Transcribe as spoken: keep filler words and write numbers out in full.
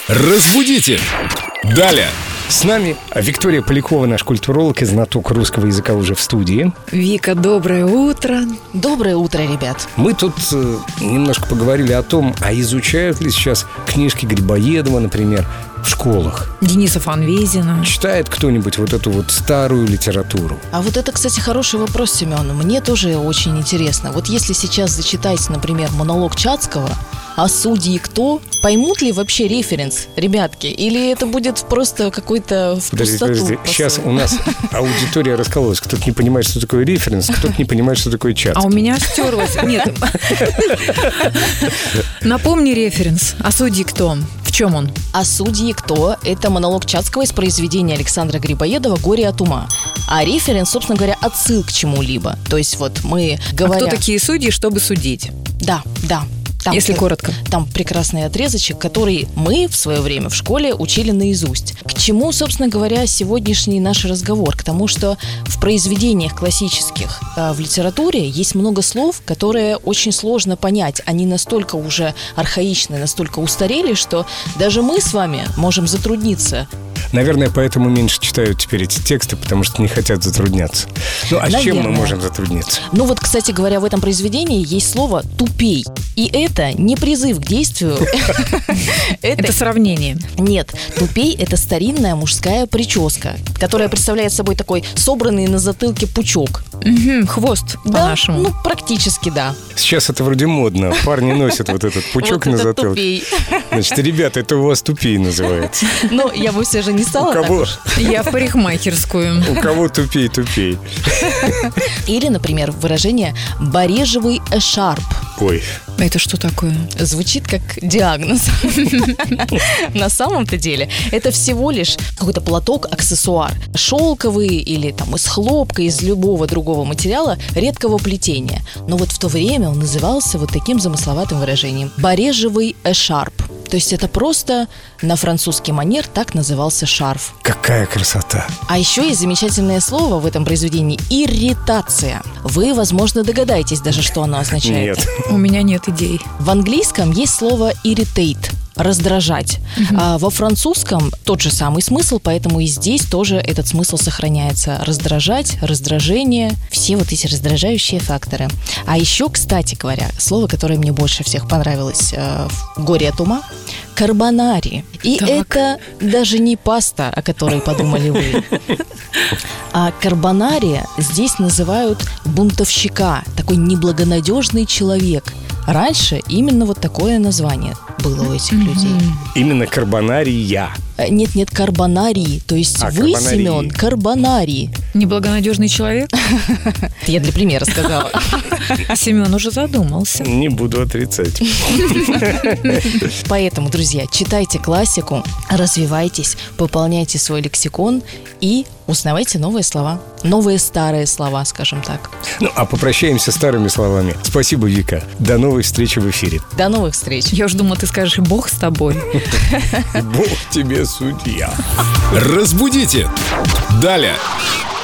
Разбудите! Далее! С нами Виктория Полякова, наш культуролог и знаток русского языка, уже в студии. Вика, доброе утро. Доброе утро, ребят. Мы тут э, немножко поговорили о том, а изучают ли сейчас книжки Грибоедова, например, в школах. Дениса Фанвизина. Читает кто-нибудь вот эту вот старую литературу? А вот это, кстати, хороший вопрос, Семен. Мне тоже очень интересно. Вот если сейчас зачитать, например, монолог Чацкого «А судьи кто?», поймут ли вообще референс, ребятки? Или это будет просто какой-то в Подожди, пустоту? подожди. Сейчас у нас аудитория раскололась. Кто-то не понимает, что такое референс, кто-то не понимает, что такое Чацкий. А у меня стерлось. Нет. Напомни референс. А судьи кто? В чем он? «А судьи кто?» – это монолог Чацкого из произведения Александра Грибоедова «Горе от ума». А референс, собственно говоря, отсыл к чему-либо. То есть вот мы говоря... А кто такие судьи, чтобы судить? Да, да. Там, Если коротко. Там прекрасный отрезочек, который мы в свое время в школе учили наизусть. К чему, собственно говоря, сегодняшний наш разговор? К тому, что в произведениях классических э, в литературе есть много слов, которые очень сложно понять. Они настолько уже архаичны, настолько устарели, что даже мы с вами можем затрудниться. Наверное, поэтому меньше читают теперь эти тексты, потому что не хотят затрудняться. Ну, а с чем мы можем затрудниться? Ну вот, кстати говоря, в этом произведении есть слово «тупей». И это не призыв к действию. Это сравнение. Нет, тупей – это старинная мужская прическа, которая представляет собой такой собранный на затылке пучок. Хвост, Да, по-нашему. ну практически да. Сейчас это вроде модно. Парни носят вот этот пучок Вот на это затылке. тупей. Значит, ребята, это у вас тупей называется. Ну, я бы все же не стала У так кого, уж. Я в парикмахерскую. у кого тупей, тупей. Или, например, выражение «барежевый эшарп». Ой, Это что такое? Звучит как диагноз. На самом-то деле это всего лишь какой-то платок, аксессуар. Шелковый или там из хлопка, из любого другого материала редкого плетения. Но вот в то время он назывался вот таким замысловатым выражением «барежевый эшарп». То есть это просто на французский манер так назывался шарф. какая красота. А еще есть замечательное слово в этом произведении – ирритация. Вы, возможно, догадаетесь даже, что оно означает. Нет. У меня нет идей. В английском есть слово irritate – раздражать. А во французском тот же самый смысл, поэтому и здесь тоже этот смысл сохраняется. Раздражать, раздражение, все вот эти раздражающие факторы. А еще, кстати говоря, слово, которое мне больше всех понравилось э, в «Горе от ума» – карбонари. И Так. это даже не паста, о которой подумали вы. А карбонари здесь называют бунтовщика, такой неблагонадежный человек. Раньше именно вот такое название было у этих людей. Именно карбонария. Э, Нет-нет, карбонарий. То есть А, вы, карбонарий. Семен, карбонарий. Неблагонадежный человек? Я для примера сказала. Семен уже задумался. Не буду отрицать. Поэтому, друзья, читайте классику, развивайтесь, пополняйте свой лексикон и узнавайте новые слова. Новые старые слова, скажем так. Ну, а попрощаемся старыми словами. Спасибо, Вика. До новой встречи в эфире. До новых встреч. Я уж думала, ты скажешь «Бог с тобой». Бог тебе судья. Разбудите! Далее!